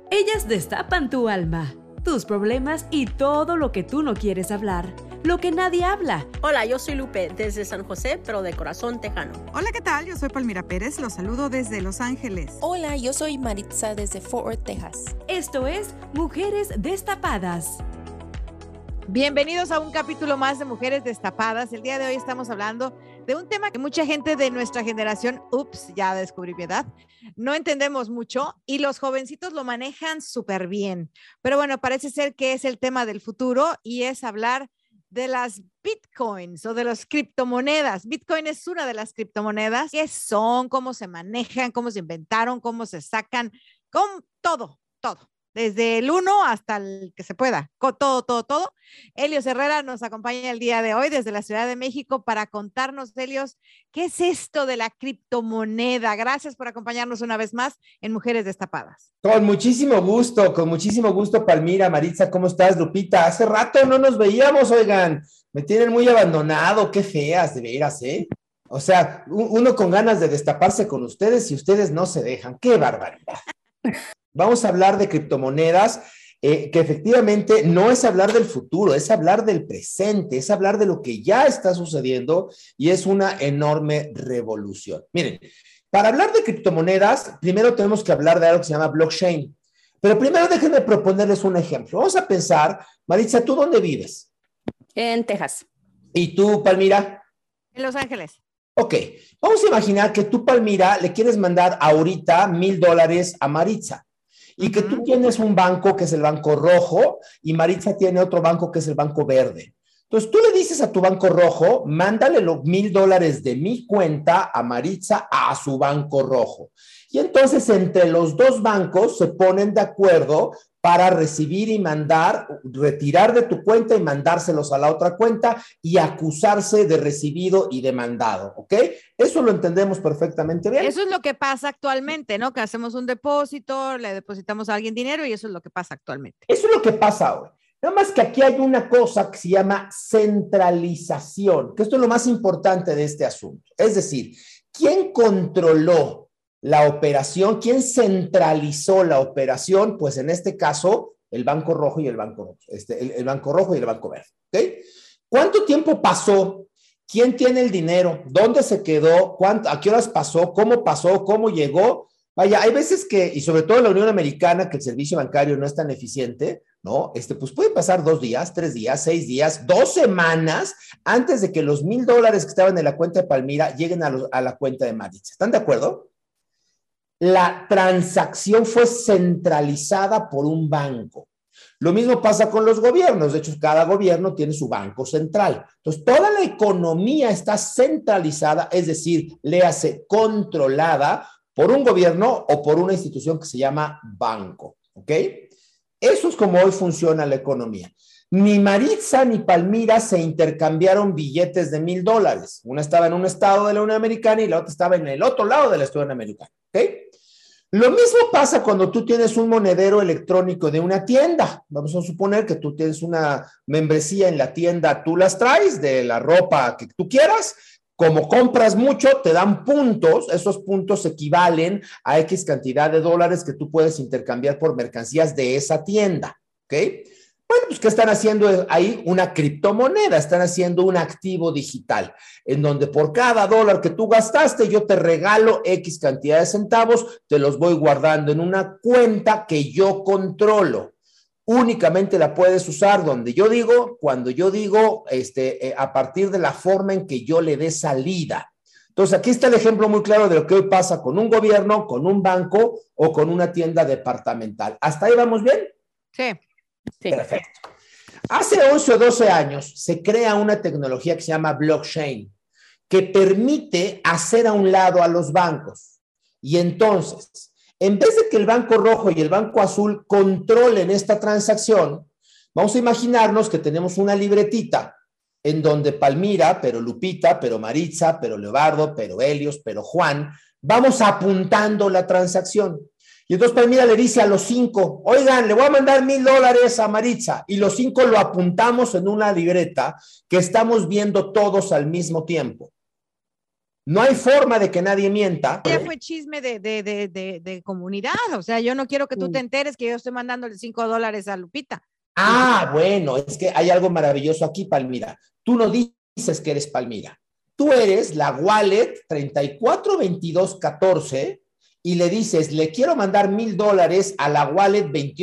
Ellas destapan tu alma, tus problemas y todo lo que tú no quieres hablar, lo que nadie habla. Hola, yo soy Lupe desde San José, pero de corazón tejano. Hola, ¿qué tal? Yo soy Palmira Pérez, los saludo desde Los Ángeles. Hola, yo soy Maritza desde Fort Worth, Texas. Esto es Mujeres Destapadas. Bienvenidos a un capítulo más de Mujeres Destapadas. El día de hoy estamos hablando de un tema que mucha gente de nuestra generación, ya descubrí mi edad, no entendemos mucho y los jovencitos lo manejan súper bien. Pero bueno, parece ser que es el tema del futuro y es hablar de las bitcoins o de las criptomonedas. Bitcoin es una de las criptomonedas. ¿Qué son? ¿Cómo se manejan? ¿Cómo se inventaron? ¿Cómo se sacan? Con todo. Desde el 1 hasta el que se pueda, con todo. Helios Herrera nos acompaña el día de hoy desde la Ciudad de México para contarnos, Helios, ¿qué es esto de la criptomoneda? Gracias por acompañarnos una vez más en Mujeres Destapadas. Con muchísimo gusto, Palmira, Maritza, ¿cómo estás, Lupita? Hace rato no nos veíamos, oigan, me tienen muy abandonado, qué feas, de veras, ¿eh? O sea, uno con ganas de destaparse con ustedes y ustedes no se dejan, qué barbaridad. Vamos a hablar de criptomonedas, que efectivamente no es hablar del futuro, es hablar del presente, es hablar de lo que ya está sucediendo y es una enorme revolución. Miren, para hablar de criptomonedas, primero tenemos que hablar de algo que se llama blockchain. Pero primero déjenme proponerles un ejemplo. Vamos a pensar, Maritza, ¿tú dónde vives? En Texas. ¿Y tú, Palmira? En Los Ángeles. Ok, vamos a imaginar que tú, Palmira, le quieres mandar ahorita $1,000 a Maritza. Y que tú tienes un banco que es el Banco Rojo y Maritza tiene otro banco que es el Banco Verde. Entonces tú le dices a tu Banco Rojo, mándale los $1,000 de mi cuenta a Maritza a su Banco Rojo. Y entonces entre los dos bancos se ponen de acuerdo para recibir y mandar, retirar de tu cuenta y mandárselos a la otra cuenta y acusarse de recibido y demandado, ¿ok? Eso lo entendemos perfectamente bien. Eso es lo que pasa actualmente, ¿no? Que hacemos un depósito, le depositamos a alguien dinero y eso es lo que pasa actualmente. Eso es lo que pasa hoy. Nada más que aquí hay una cosa que se llama centralización, que esto es lo más importante de este asunto. Es decir, ¿quién controló la operación? ¿Quién centralizó la operación? Pues en este caso, el Banco Rojo y el Banco Rojo y el Banco Verde. ¿Okay? ¿Cuánto tiempo pasó? ¿Quién tiene el dinero? ¿Dónde se quedó? ¿A qué horas pasó? ¿Cómo llegó? Vaya, hay veces que, y sobre todo en la Unión Americana, que el servicio bancario no es tan eficiente, ¿no? Pues puede pasar 2 días, 3 días, 6 días, 2 semanas antes de que los $1,000 que estaban en la cuenta de Palmira lleguen a la cuenta de Maritza. ¿Están de acuerdo? La transacción fue centralizada por un banco. Lo mismo pasa con los gobiernos. De hecho, cada gobierno tiene su banco central. Entonces, toda la economía está centralizada, es decir, léase controlada por un gobierno o por una institución que se llama banco. ¿Ok? Eso es como hoy funciona la economía. Ni Maritza ni Palmira se intercambiaron billetes de $1,000. Una estaba en un estado de la Unión Americana y la otra estaba en el otro lado de la Unión Americana. ¿Ok? Lo mismo pasa cuando tú tienes un monedero electrónico de una tienda. Vamos a suponer que tú tienes una membresía en la tienda, tú las traes de la ropa que tú quieras. Como compras mucho, te dan puntos. Esos puntos equivalen a X cantidad de dólares que tú puedes intercambiar por mercancías de esa tienda. ¿Ok? Bueno, pues ¿qué están haciendo ahí? Una criptomoneda, están haciendo un activo digital, en donde por cada dólar que tú gastaste, yo te regalo X cantidad de centavos, te los voy guardando en una cuenta que yo controlo. Únicamente la puedes usar donde yo digo, cuando yo digo, a partir de la forma en que yo le dé salida. Entonces, aquí está el ejemplo muy claro de lo que hoy pasa con un gobierno, con un banco o con una tienda departamental. ¿Hasta ahí vamos bien? Sí. Sí. Perfecto. Hace 11 o 12 años se crea una tecnología que se llama blockchain, que permite hacer a un lado a los bancos. Y entonces, en vez de que el Banco Rojo y el Banco Azul controlen esta transacción, vamos a imaginarnos que tenemos una libretita en donde Palmira, pero Lupita, pero Maritza, pero Leobardo, pero Helios, pero Juan, vamos apuntando la transacción. Y entonces Palmira le dice a los 5, oigan, le voy a mandar $1,000 a Maritza. Y los 5 lo apuntamos en una libreta que estamos viendo todos al mismo tiempo. No hay forma de que nadie mienta. Ya fue chisme de comunidad. O sea, yo no quiero que tú te enteres que yo estoy mandándole $5 a Lupita. Ah, bueno, es que hay algo maravilloso aquí, Palmira. Tú no dices que eres Palmira. Tú eres la wallet 342214 y le dices, le quiero mandar $1,000 a la wallet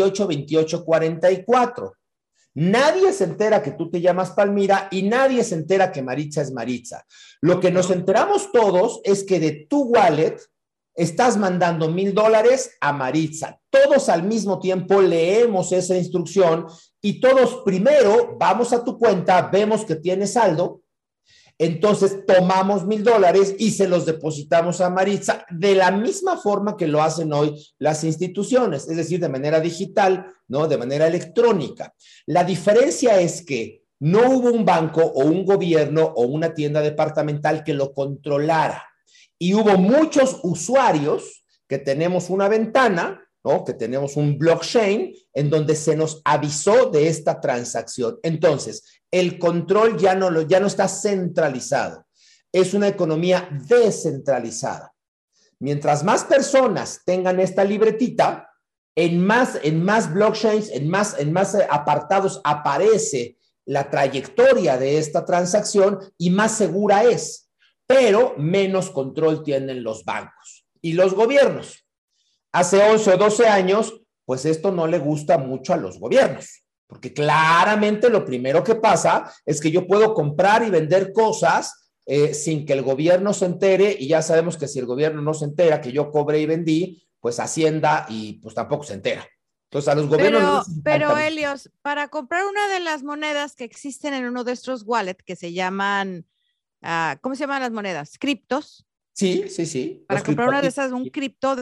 282844. Nadie se entera que tú te llamas Palmira y nadie se entera que Maritza es Maritza. Lo que nos enteramos todos es que de tu wallet estás mandando $1,000 a Maritza. Todos al mismo tiempo leemos esa instrucción y todos primero vamos a tu cuenta, vemos que tienes saldo, entonces tomamos $1,000 y se los depositamos a Maritza de la misma forma que lo hacen hoy las instituciones, es decir, de manera digital, ¿no? De manera electrónica. La diferencia es que no hubo un banco o un gobierno o una tienda departamental que lo controlara. Y hubo muchos usuarios que tenemos una ventana, ¿no? Que tenemos un blockchain en donde se nos avisó de esta transacción. Entonces, el control ya no está centralizado. Es una economía descentralizada. Mientras más personas tengan esta libretita, en más blockchains, en más apartados aparece la trayectoria de esta transacción y más segura es, pero menos control tienen los bancos y los gobiernos. Hace 11 o 12 años, pues esto no le gusta mucho a los gobiernos, porque claramente lo primero que pasa es que yo puedo comprar y vender cosas sin que el gobierno se entere, y ya sabemos que si el gobierno no se entera que yo cobré y vendí, pues Hacienda y pues tampoco se entera. Entonces a los gobiernos... Pero Helios, para comprar una de las monedas que existen en uno de estos wallets que se llaman, ¿cómo se llaman las monedas? Criptos. Sí, sí, sí. Para comprar una de esas, un cripto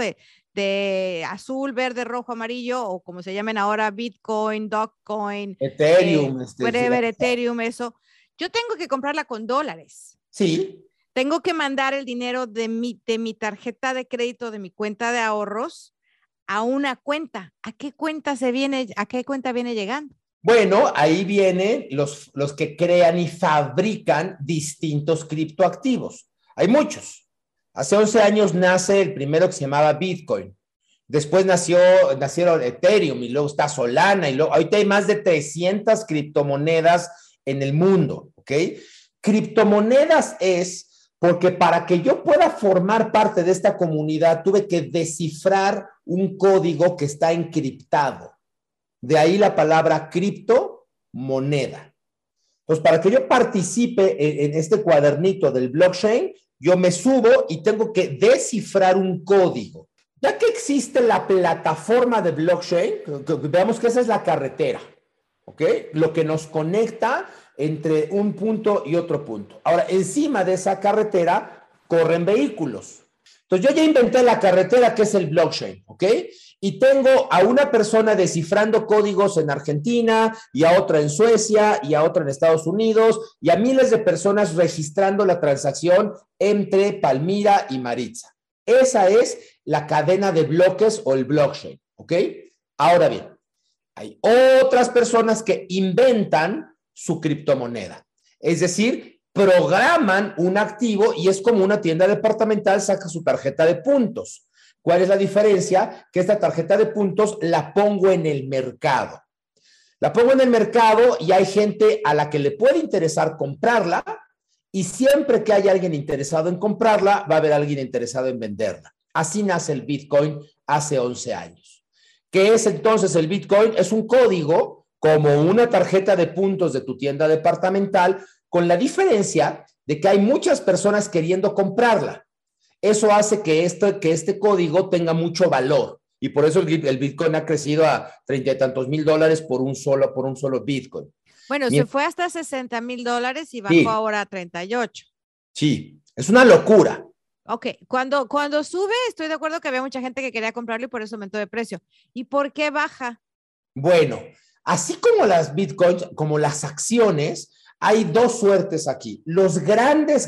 de azul, verde, rojo, amarillo, o como se llamen ahora, Bitcoin, Dogecoin, Ethereum, whatever, Ethereum, eso. Yo tengo que comprarla con dólares. Sí. Tengo que mandar el dinero de mi tarjeta de crédito, de mi cuenta de ahorros, a una cuenta. ¿A qué cuenta viene llegando? Bueno, ahí vienen los que crean y fabrican distintos criptoactivos. Hay muchos. Hace 11 años nace el primero que se llamaba Bitcoin. Después nacieron Ethereum y luego está Solana y luego ahorita hay más de 300 criptomonedas en el mundo, ¿ok? Criptomonedas es porque para que yo pueda formar parte de esta comunidad tuve que descifrar un código que está encriptado. De ahí la palabra criptomoneda. Entonces, para que yo participe en este cuadernito del blockchain, yo me subo y tengo que descifrar un código. Ya que existe la plataforma de blockchain, veamos que esa es la carretera, ¿ok? Lo que nos conecta entre un punto y otro punto. Ahora, encima de esa carretera corren vehículos. Entonces, yo ya inventé la carretera que es el blockchain, ¿ok? Y tengo a una persona descifrando códigos en Argentina y a otra en Suecia y a otra en Estados Unidos y a miles de personas registrando la transacción entre Palmira y Maritza. Esa es la cadena de bloques o el blockchain, ¿ok? Ahora bien, hay otras personas que inventan su criptomoneda. Es decir, programan un activo y es como una tienda departamental saca su tarjeta de puntos. ¿Cuál es la diferencia? Que esta tarjeta de puntos la pongo en el mercado. La pongo en el mercado y hay gente a la que le puede interesar comprarla y siempre que haya alguien interesado en comprarla, va a haber alguien interesado en venderla. Así nace el Bitcoin hace 11 años. ¿Qué es entonces el Bitcoin? Es un código como una tarjeta de puntos de tu tienda departamental, con la diferencia de que hay muchas personas queriendo comprarla. Eso hace que este código tenga mucho valor y por eso el Bitcoin ha crecido a $30 y tantos mil por un solo Bitcoin. Bueno, se fue hasta $60,000 y bajó ahora a 38. Sí, es una locura. Ok, cuando sube, estoy de acuerdo que había mucha gente que quería comprarlo y por eso aumentó de precio. ¿Y por qué baja? Bueno, así como las Bitcoins, como las acciones, hay dos suertes aquí. Los grandes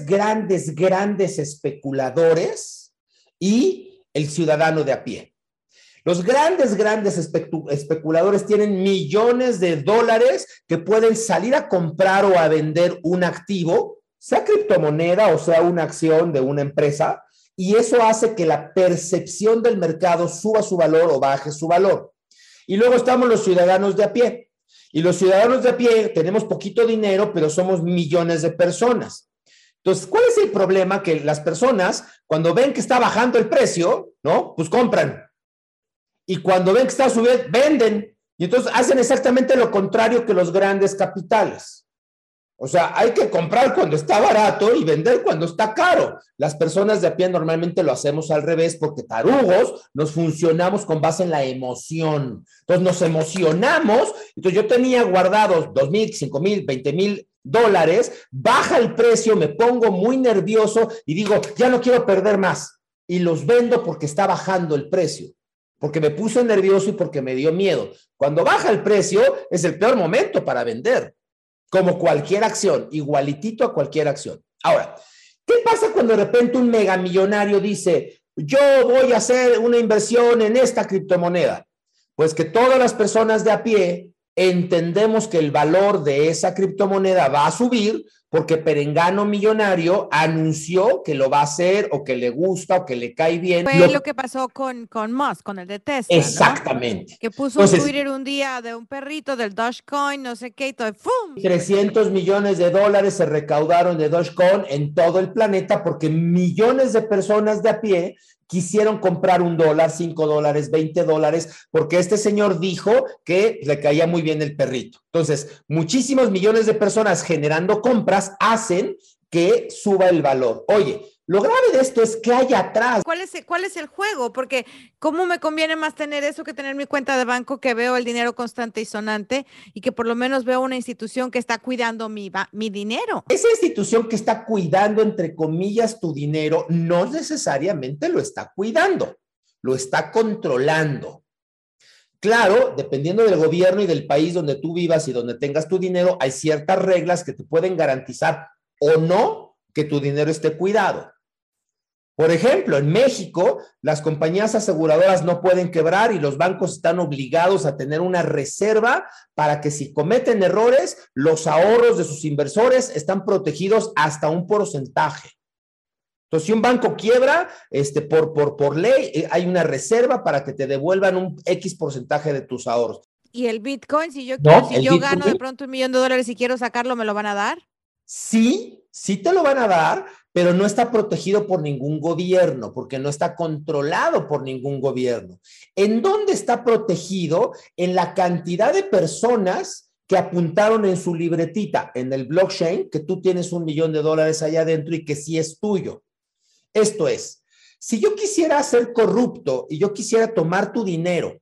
especuladores y el ciudadano de a pie. Los grandes especuladores tienen millones de dólares que pueden salir a comprar o a vender un activo sea criptomoneda o sea una acción de una empresa, y eso hace que la percepción del mercado suba su valor o baje su valor. Y luego estamos los ciudadanos de a pie. Y los ciudadanos de a pie tenemos poquito dinero, pero somos millones de personas. Entonces, ¿cuál es el problema? Que las personas, cuando ven que está bajando el precio, ¿no? Pues compran. Y cuando ven que está subiendo, venden. Y entonces hacen exactamente lo contrario que los grandes capitales. O sea, hay que comprar cuando está barato y vender cuando está caro. Las personas de a pie normalmente lo hacemos al revés porque tarugos nos funcionamos con base en la emoción. Entonces nos emocionamos. Entonces yo tenía guardados 2,000, 5,000, 20,000 dólares, baja el precio, me pongo muy nervioso y digo, ya no quiero perder más. Y los vendo porque está bajando el precio. Porque me puse nervioso y porque me dio miedo. Cuando baja el precio es el peor momento para vender. Como cualquier acción, igualitito a cualquier acción. Ahora, ¿qué pasa cuando de repente un megamillonario dice, yo voy a hacer una inversión en esta criptomoneda? Pues que todas las personas de a pie entendemos que el valor de esa criptomoneda va a subir porque Perengano millonario anunció que lo va a hacer o que le gusta o que le cae bien. Fue lo que pasó con Musk, con el de Tesla, exactamente. ¿no? Que puso un Twitter un día de un perrito del Dogecoin, no sé qué, y todo, ¡fum! 300 millones de dólares se recaudaron de Dogecoin en todo el planeta porque millones de personas de a pie quisieron comprar $1, $5, $20, porque este señor dijo que le caía muy bien el perrito. Entonces, muchísimos millones de personas generando compras hacen que suba el valor. Oye, lo grave de esto es que hay atrás. ¿Cuál es el juego? Porque ¿cómo me conviene más tener eso que tener mi cuenta de banco, que veo el dinero constante y sonante y que por lo menos veo una institución que está cuidando mi dinero? Esa institución que está cuidando, entre comillas, tu dinero, no necesariamente lo está cuidando, lo está controlando. Claro, dependiendo del gobierno y del país donde tú vivas y donde tengas tu dinero, hay ciertas reglas que te pueden garantizar o no que tu dinero esté cuidado. Por ejemplo, en México, las compañías aseguradoras no pueden quebrar y los bancos están obligados a tener una reserva para que si cometen errores, los ahorros de sus inversores están protegidos hasta un porcentaje. Entonces, si un banco quiebra, por ley, hay una reserva para que te devuelvan un X porcentaje de tus ahorros. ¿Y el Bitcoin, si yo Bitcoin, gano de pronto $1 millón y quiero sacarlo, me lo van a dar? Sí te lo van a dar, pero no está protegido por ningún gobierno, porque no está controlado por ningún gobierno. ¿En dónde está protegido? En la cantidad de personas que apuntaron en su libretita, en el blockchain, que tú tienes $1 millón allá adentro y que sí es tuyo. Esto es, si yo quisiera ser corrupto y yo quisiera tomar tu dinero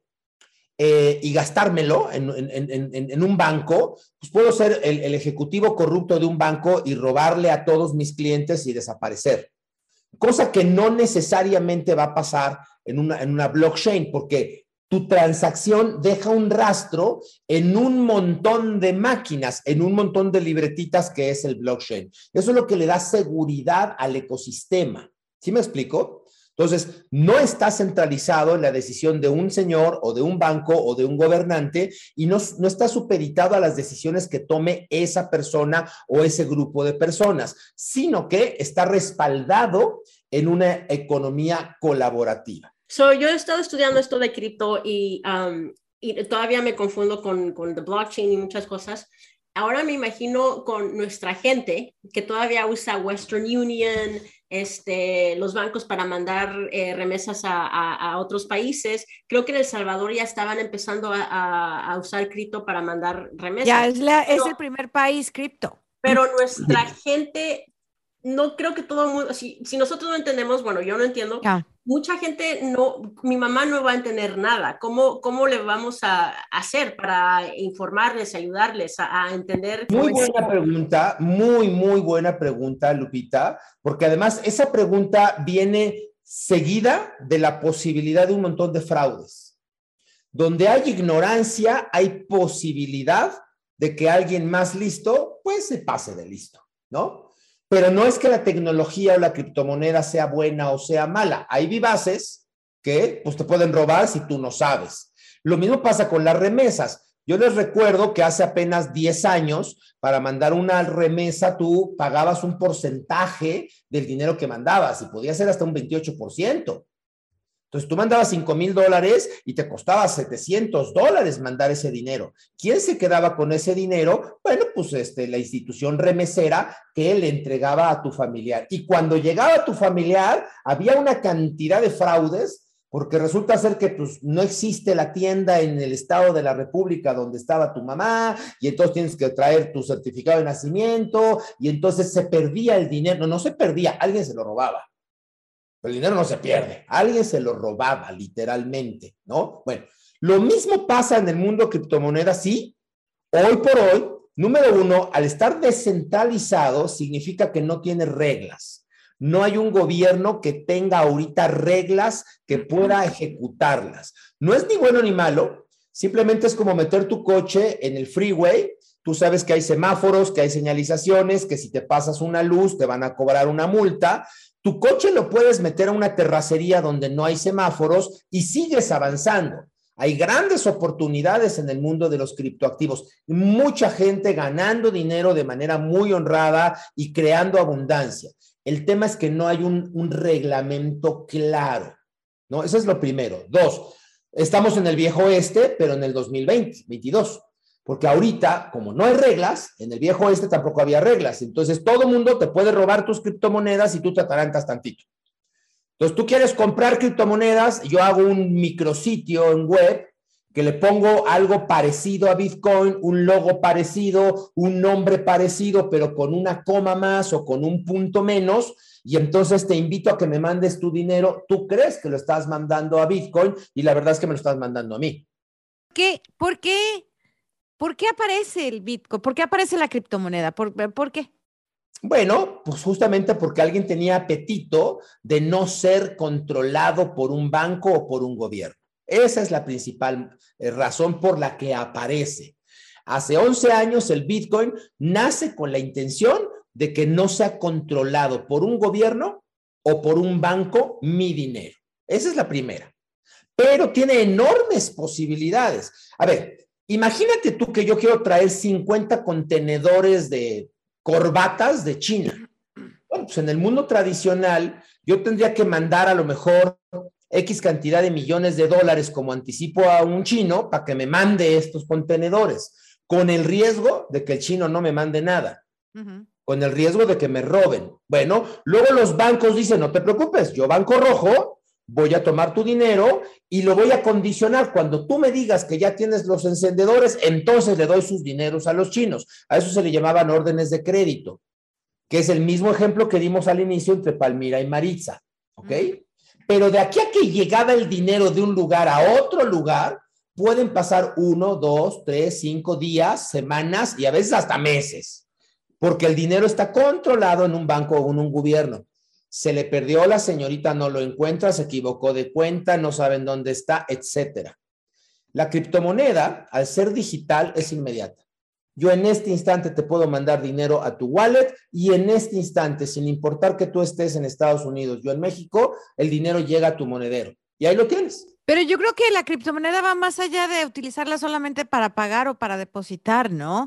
y gastármelo en un banco, pues puedo ser el ejecutivo corrupto de un banco y robarle a todos mis clientes y desaparecer. Cosa que no necesariamente va a pasar en una blockchain, porque tu transacción deja un rastro en un montón de máquinas, en un montón de libretitas que es el blockchain. Eso es lo que le da seguridad al ecosistema. ¿Sí me explico? Entonces, no está centralizado en la decisión de un señor o de un banco o de un gobernante y no está supeditado a las decisiones que tome esa persona o ese grupo de personas, sino que está respaldado en una economía colaborativa. Yo he estado estudiando esto de cripto y todavía me confundo con the blockchain y muchas cosas. Ahora me imagino con nuestra gente que todavía usa Western Union, los bancos para mandar remesas a otros países. Creo que en El Salvador ya estaban empezando a usar cripto para mandar remesas. Ya es el primer país cripto. Pero nuestra gente, no creo que todo el mundo, si nosotros no entendemos, bueno, yo no entiendo, mucha gente mi mamá no va a entender nada. ¿Cómo le vamos a hacer para informarles, ayudarles a entender? Muy buena pregunta, muy buena pregunta, Lupita, porque además esa pregunta viene seguida de la posibilidad de un montón de fraudes. Donde hay ignorancia, hay posibilidad de que alguien más listo, pues se pase de listo, ¿no? Pero no es que la tecnología o la criptomoneda sea buena o sea mala. Hay vivaces que pues, te pueden robar si tú no sabes. Lo mismo pasa con las remesas. Yo les recuerdo que hace apenas 10 años, para mandar una remesa, tú pagabas un porcentaje del dinero que mandabas y podía ser hasta un 28%. Entonces tú mandabas $5,000 y te costaba $700 mandar ese dinero. ¿Quién se quedaba con ese dinero? Bueno, pues la institución remesera que le entregaba a tu familiar. Y cuando llegaba a tu familiar, había una cantidad de fraudes, porque resulta ser que pues, no existe la tienda en el estado de la República donde estaba tu mamá, y entonces tienes que traer tu certificado de nacimiento, y entonces se perdía el dinero. No se perdía, alguien se lo robaba. Pero el dinero no se pierde, alguien se lo robaba literalmente, ¿no? Bueno, lo mismo pasa en el mundo de criptomonedas, sí. Hoy por hoy, número uno, al estar descentralizado significa que no tiene reglas. No hay un gobierno que tenga ahorita reglas que pueda ejecutarlas. No es ni bueno ni malo, simplemente es como meter tu coche en el freeway. Tú sabes que hay semáforos, que hay señalizaciones, que si te pasas una luz te van a cobrar una multa. Tu coche lo puedes meter a una terracería donde no hay semáforos y sigues avanzando. Hay grandes oportunidades en el mundo de los criptoactivos. Mucha gente ganando dinero de manera muy honrada y creando abundancia. El tema es que no hay un reglamento claro, ¿no? Eso es lo primero. Dos, estamos en el viejo oeste, pero en el 2022. Porque ahorita, como no hay reglas, en el viejo oeste tampoco había reglas. Entonces, todo mundo te puede robar tus criptomonedas y tú te atarancas tantito. Entonces, tú quieres comprar criptomonedas, yo hago un micrositio en web que le pongo algo parecido a Bitcoin, un logo parecido, un nombre parecido, pero con una coma más o con un punto menos, y entonces te invito a que me mandes tu dinero. Tú crees que lo estás mandando a Bitcoin y la verdad es que me lo estás mandando a mí. ¿Qué? ¿Por qué? ¿Por qué aparece el Bitcoin? ¿Por qué aparece la criptomoneda? ¿Por qué? Bueno, pues justamente porque alguien tenía apetito de no ser controlado por un banco o por un gobierno. Esa es la principal razón por la que aparece. Hace 11 años el Bitcoin nace con la intención de que no sea controlado por un gobierno o por un banco mi dinero. Esa es la primera. Pero tiene enormes posibilidades. A ver, imagínate tú que yo quiero traer 50 contenedores de corbatas de China. Bueno, pues en el mundo tradicional yo tendría que mandar a lo mejor X cantidad de millones de dólares como anticipo a un chino para que me mande estos contenedores, con el riesgo de que el chino no me mande nada, con el riesgo de que me roben. Bueno, luego los bancos dicen, no te preocupes, yo Banco Rojo voy a tomar tu dinero y lo voy a condicionar. Cuando tú me digas que ya tienes los encendedores, entonces le doy sus dineros a los chinos. A eso se le llamaban órdenes de crédito, que es el mismo ejemplo que dimos al inicio entre Palmira y Maritza, ¿ok? Pero de aquí a que llegaba el dinero de un lugar a otro lugar, pueden pasar 1, 2, 3, 5 días, semanas y a veces hasta meses, porque el dinero está controlado en un banco o en un gobierno. Se le perdió, la señorita no lo encuentra, se equivocó de cuenta, no saben dónde está, etcétera. La criptomoneda, al ser digital, es inmediata. Yo en este instante te puedo mandar dinero a tu wallet y en este instante, sin importar que tú estés en Estados Unidos, yo en México, el dinero llega a tu monedero y ahí lo tienes. Pero yo creo que la criptomoneda va más allá de utilizarla solamente para pagar o para depositar, ¿no?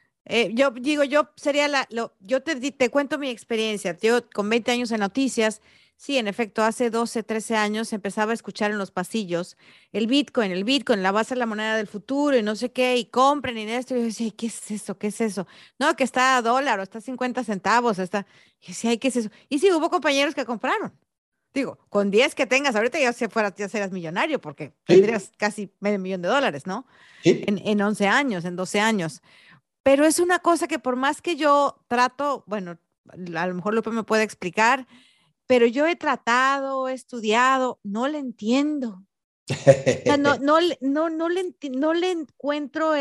Yo digo, yo sería yo te cuento mi experiencia. Yo con 20 años en noticias, sí, en efecto, hace 12, 13 años empezaba a escuchar en los pasillos el Bitcoin, la va a ser la moneda del futuro y no sé qué, y compren y esto. Y yo decía, ¿qué es eso? ¿Qué es eso? No, que está a dólar o está a 50 centavos, está. Y decía, ay, ¿qué es eso? Y sí, hubo compañeros que compraron. Digo, con 10 que tengas, ahorita ya serás millonario porque tendrías casi $500,000, ¿no? Sí. En 11 años, en 12 años. Pero es una cosa que por más que yo trato, bueno, a lo mejor Lupe me puede explicar, pero yo he tratado, he estudiado, no le entiendo. O sea, no le encuentro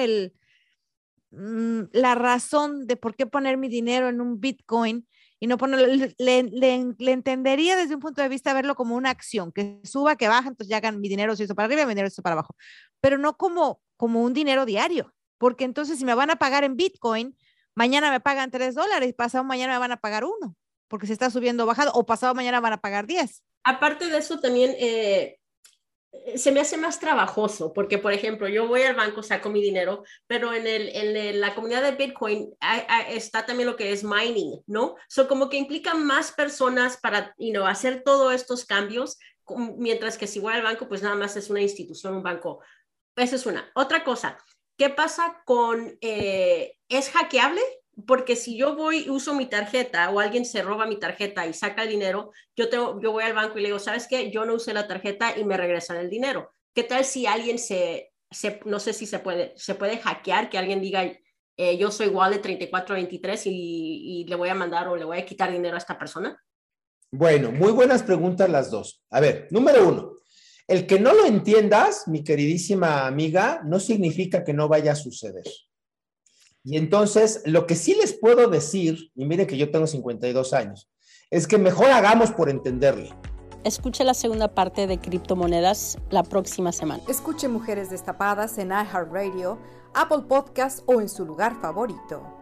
la razón de por qué poner mi dinero en un Bitcoin y no ponerlo. Le entendería desde un punto de vista verlo como una acción, que suba, que baja, entonces ya hagan mi dinero se hizo para arriba, mi dinero se hizo para abajo, pero no como un dinero diario. Porque entonces si me van a pagar en Bitcoin, mañana me pagan $3, pasado mañana me van a pagar 1, porque se está subiendo o bajando, o pasado mañana van a pagar 10. Aparte de eso, también se me hace más trabajoso, porque, por ejemplo, yo voy al banco, saco mi dinero, pero en la comunidad de Bitcoin está también lo que es mining, ¿no? Como que implica más personas para, hacer todos estos cambios, mientras que si voy al banco, pues nada más es una institución, un banco. Esa es una. Otra cosa, ¿qué pasa con, es hackeable? Porque si yo uso mi tarjeta o alguien se roba mi tarjeta y saca el dinero, yo voy al banco y le digo, ¿sabes qué? Yo no usé la tarjeta y me regresan el dinero. ¿Qué tal si alguien no sé si se puede hackear, que alguien diga, yo soy Wallet 3423 y le voy a mandar o le voy a quitar dinero a esta persona? Bueno, muy buenas preguntas las dos. A ver, número 1, el que no lo entiendas, mi queridísima amiga, no significa que no vaya a suceder. Y entonces, lo que sí les puedo decir, y miren que yo tengo 52 años, es que mejor hagamos por entenderle. Escuche la segunda parte de Criptomonedas la próxima semana. Escuche Mujeres Destapadas en iHeartRadio, Apple Podcasts o en su lugar favorito.